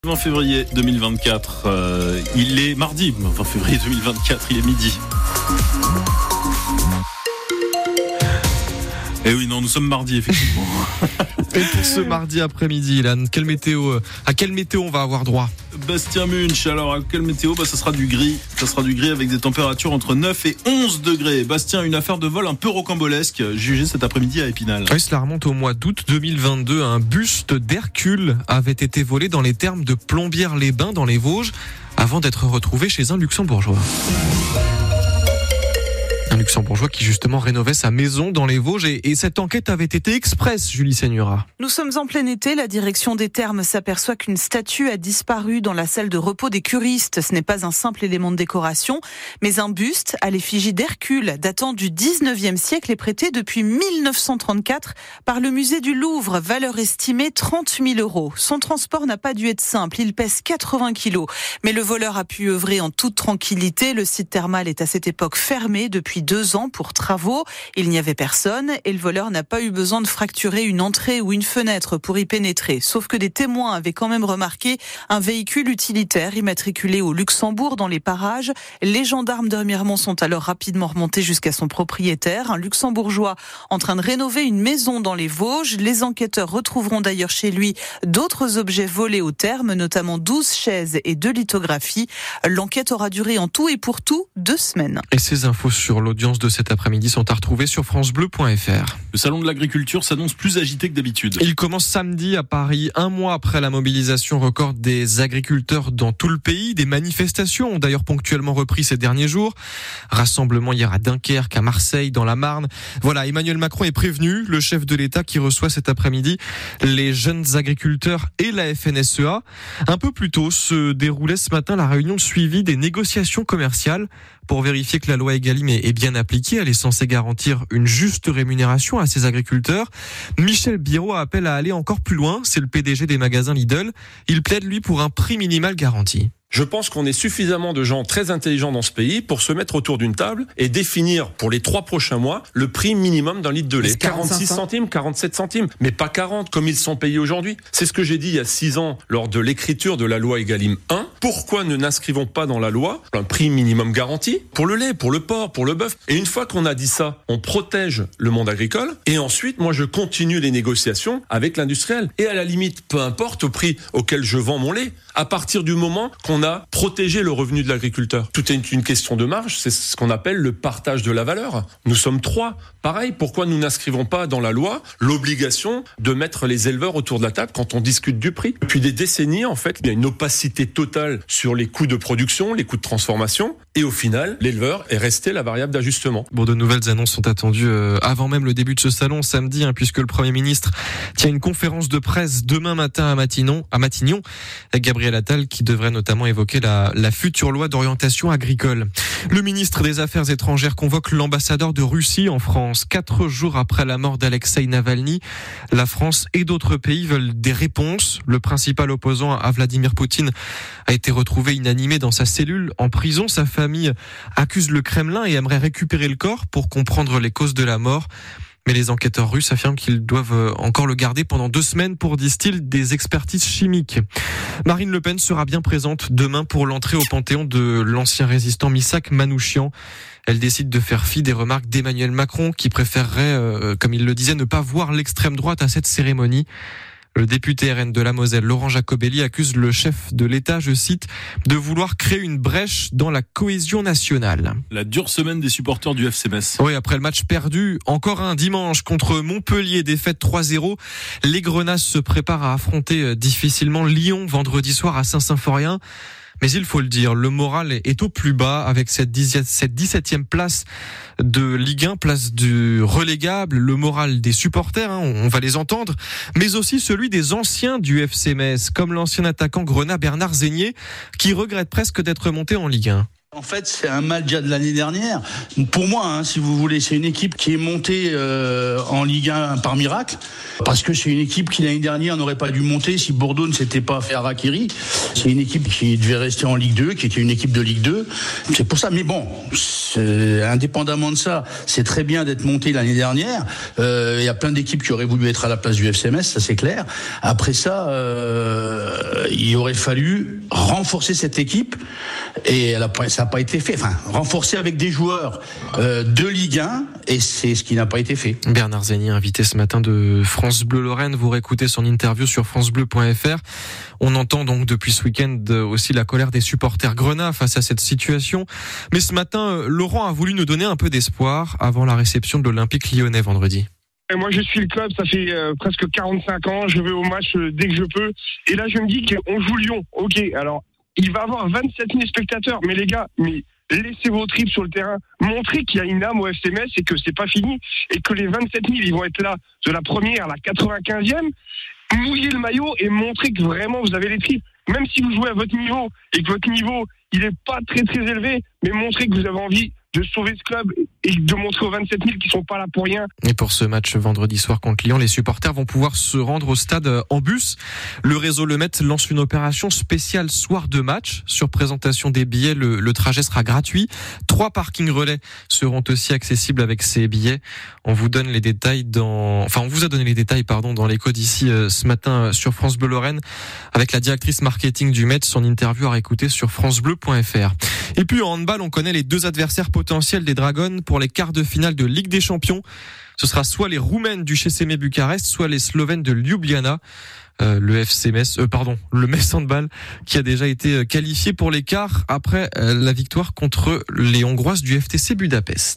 20 février 2024, il est mardi, 20 février 2024, il est midi. Eh oui, non, nous sommes mardi, effectivement. Et pour ce mardi après-midi, Ilan, à quelle météo on va avoir droit ? Bastien Munch, alors à quelle météo ? Ça sera du gris. Ça sera du gris avec des températures entre 9 et 11 degrés. Bastien, une affaire de vol un peu rocambolesque, jugée cet après-midi à Épinal. Oui, cela remonte au mois d'août 2022. Un buste d'Hercule avait été volé dans les thermes de Plombières-les-Bains dans les Vosges avant d'être retrouvé chez un luxembourgeois. Un luxembourgeois qui justement rénovait sa maison dans les Vosges et cette enquête avait été express, Julie Segnura. Nous sommes en plein été, la direction des thermes s'aperçoit qu'une statue a disparu dans la salle de repos des curistes. Ce n'est pas un simple élément de décoration, mais un buste à l'effigie d'Hercule datant du 19e siècle et prêté depuis 1934 par le musée du Louvre, valeur estimée 30 000 €. Son transport n'a pas dû être simple, il pèse 80 kilos. Mais le voleur a pu œuvrer en toute tranquillité. Le site thermal est à cette époque fermé depuis 2 ans pour travaux. Il n'y avait personne et le voleur n'a pas eu besoin de fracturer une entrée ou une fenêtre pour y pénétrer. Sauf que des témoins avaient quand même remarqué un véhicule utilitaire immatriculé au Luxembourg dans les parages. Les gendarmes de Remiremont sont alors rapidement remontés jusqu'à son propriétaire, un luxembourgeois en train de rénover une maison dans les Vosges. Les enquêteurs retrouveront d'ailleurs chez lui d'autres objets volés au terme, notamment 12 chaises et 2 lithographies. L'enquête aura duré en tout et pour tout 2 semaines. Et ces infos sur l'audience de cet après-midi sont à retrouver sur francebleu.fr. Le salon de l'agriculture s'annonce plus agité que d'habitude. Il commence samedi à Paris, un mois après la mobilisation record des agriculteurs dans tout le pays. Des manifestations ont d'ailleurs ponctuellement repris ces derniers jours. Rassemblement hier à Dunkerque, à Marseille, dans la Marne. Voilà, Emmanuel Macron est prévenu, le chef de l'État qui reçoit cet après-midi les jeunes agriculteurs et la FNSEA. Un peu plus tôt se déroulait ce matin la réunion suivie des négociations commerciales pour vérifier que la loi Egalim est bien appliquée. Elle est censée garantir une juste rémunération à ces agriculteurs. Michel Biérot appelle à aller encore plus loin. C'est le PDG des magasins Lidl. Il plaide, lui, pour un prix minimal garanti. Je pense qu'on est suffisamment de gens très intelligents dans ce pays pour se mettre autour d'une table et définir pour les 3 prochains mois le prix minimum d'un litre de lait. 46 centimes, 47 centimes, mais pas 40 comme ils sont payés aujourd'hui. C'est ce que j'ai dit il y a 6 ans lors de l'écriture de la loi Egalim 1. Pourquoi ne n'inscrivons pas dans la loi un prix minimum garanti pour le lait, pour le porc, pour le bœuf? Et une fois qu'on a dit ça, on protège le monde agricole et ensuite, moi, je continue les négociations avec l'industriel. Et à la limite, peu importe au prix auquel je vends mon lait, à partir du moment qu'on a protégé le revenu de l'agriculteur. Tout est une question de marge, c'est ce qu'on appelle le partage de la valeur. Nous sommes 3. Pareil, pourquoi nous n'inscrivons pas dans la loi l'obligation de mettre les éleveurs autour de la table quand on discute du prix? Depuis des décennies, en fait, il y a une opacité totale sur les coûts de production, les coûts de transformation, et au final, l'éleveur est resté la variable d'ajustement. Bon, de nouvelles annonces sont attendues avant même le début de ce salon samedi, puisque le Premier ministre tient une conférence de presse demain matin à Matignon, avec Gabriel Attal qui devrait notamment évoquer la future loi d'orientation agricole. Le ministre des Affaires étrangères convoque l'ambassadeur de Russie en France. 4 jours après la mort d'Alexeï Navalny, la France et d'autres pays veulent des réponses. Le principal opposant à Vladimir Poutine a été retrouvé inanimé dans sa cellule en prison. Sa famille accuse le Kremlin et aimerait récupérer le corps pour comprendre les causes de la mort. Mais les enquêteurs russes affirment qu'ils doivent encore le garder pendant 2 semaines pour, disent-ils, des expertises chimiques. Marine Le Pen sera bien présente demain pour l'entrée au Panthéon de l'ancien résistant Missak Manouchian. Elle décide de faire fi des remarques d'Emmanuel Macron qui préférerait, comme il le disait, ne pas voir l'extrême droite à cette cérémonie. Le député RN de la Moselle, Laurent Jacobelli, accuse le chef de l'État, je cite, de vouloir créer une brèche dans la cohésion nationale. La dure semaine des supporters du FC Metz. Oui, après le match perdu, encore un dimanche contre Montpellier, défaite 3-0. Les Grenats se préparent à affronter difficilement Lyon vendredi soir à Saint-Symphorien. Mais il faut le dire, le moral est au plus bas avec cette 17e place de Ligue 1, place du relégable. Le moral des supporters, on va les entendre, mais aussi celui des anciens du FC Metz, comme l'ancien attaquant grenat Bernard Zégnier, qui regrette presque d'être monté en Ligue 1. En fait, c'est un mal déjà de l'année dernière. Pour moi, si vous voulez, c'est une équipe qui est montée en Ligue 1 par miracle, parce que c'est une équipe qui l'année dernière n'aurait pas dû monter si Bordeaux ne s'était pas fait harakiri. C'est une équipe qui devait rester en Ligue 2, qui était une équipe de Ligue 2. C'est pour ça. Mais bon, indépendamment de ça, c'est très bien d'être monté l'année dernière. Il y a plein d'équipes qui auraient voulu être à la place du FC Metz, ça c'est clair. Après ça, il aurait fallu renforcer cette équipe et ça n'a pas été fait. Enfin, renforcer avec des joueurs de Ligue 1 et c'est ce qui n'a pas été fait. Bernard Zeni, invité ce matin de France Bleu Lorraine. Vous réécoutez son interview sur francebleu.fr. On entend donc depuis ce week-end aussi la colère des supporters grenats face à cette situation. Mais ce matin, Laurent a voulu nous donner un peu d'espoir avant la réception de l'Olympique lyonnais vendredi. Et moi, je suis le club, ça fait presque 45 ans. Je vais au match dès que je peux. Et là, je me dis qu'on joue Lyon. Ok, alors, il va y avoir 27 000 spectateurs. Mais les gars, laissez vos tripes sur le terrain. Montrez qu'il y a une âme au FC Metz et que c'est pas fini. Et que les 27 000, ils vont être là de la première à la 95e. Mouillez le maillot et montrez que vraiment vous avez les tripes. Même si vous jouez à votre niveau et que votre niveau, il est pas très très élevé, mais montrez que vous avez envie de sauver ce club et de montrer aux 27 000 qui sont pas là pour rien. Et pour ce match vendredi soir contre Lyon, les supporters vont pouvoir se rendre au stade en bus. Le réseau Le Met lance une opération spéciale soir de match. Sur présentation des billets, le trajet sera gratuit. 3 parkings relais seront aussi accessibles avec ces billets. On vous a donné les détails dans l'écho d'ici ce matin sur France Bleu Lorraine avec la directrice marketing du Met. Son interview à réécouter sur francebleu.fr. Et puis en handball, on connaît les 2 adversaires potentiels des Dragons pour les quarts de finale de Ligue des Champions. Ce sera soit les Roumaines du CSM Bucarest, soit les Slovènes de Ljubljana. Le Metz Handball qui a déjà été qualifié pour les quarts après la victoire contre les Hongroises du FTC Budapest.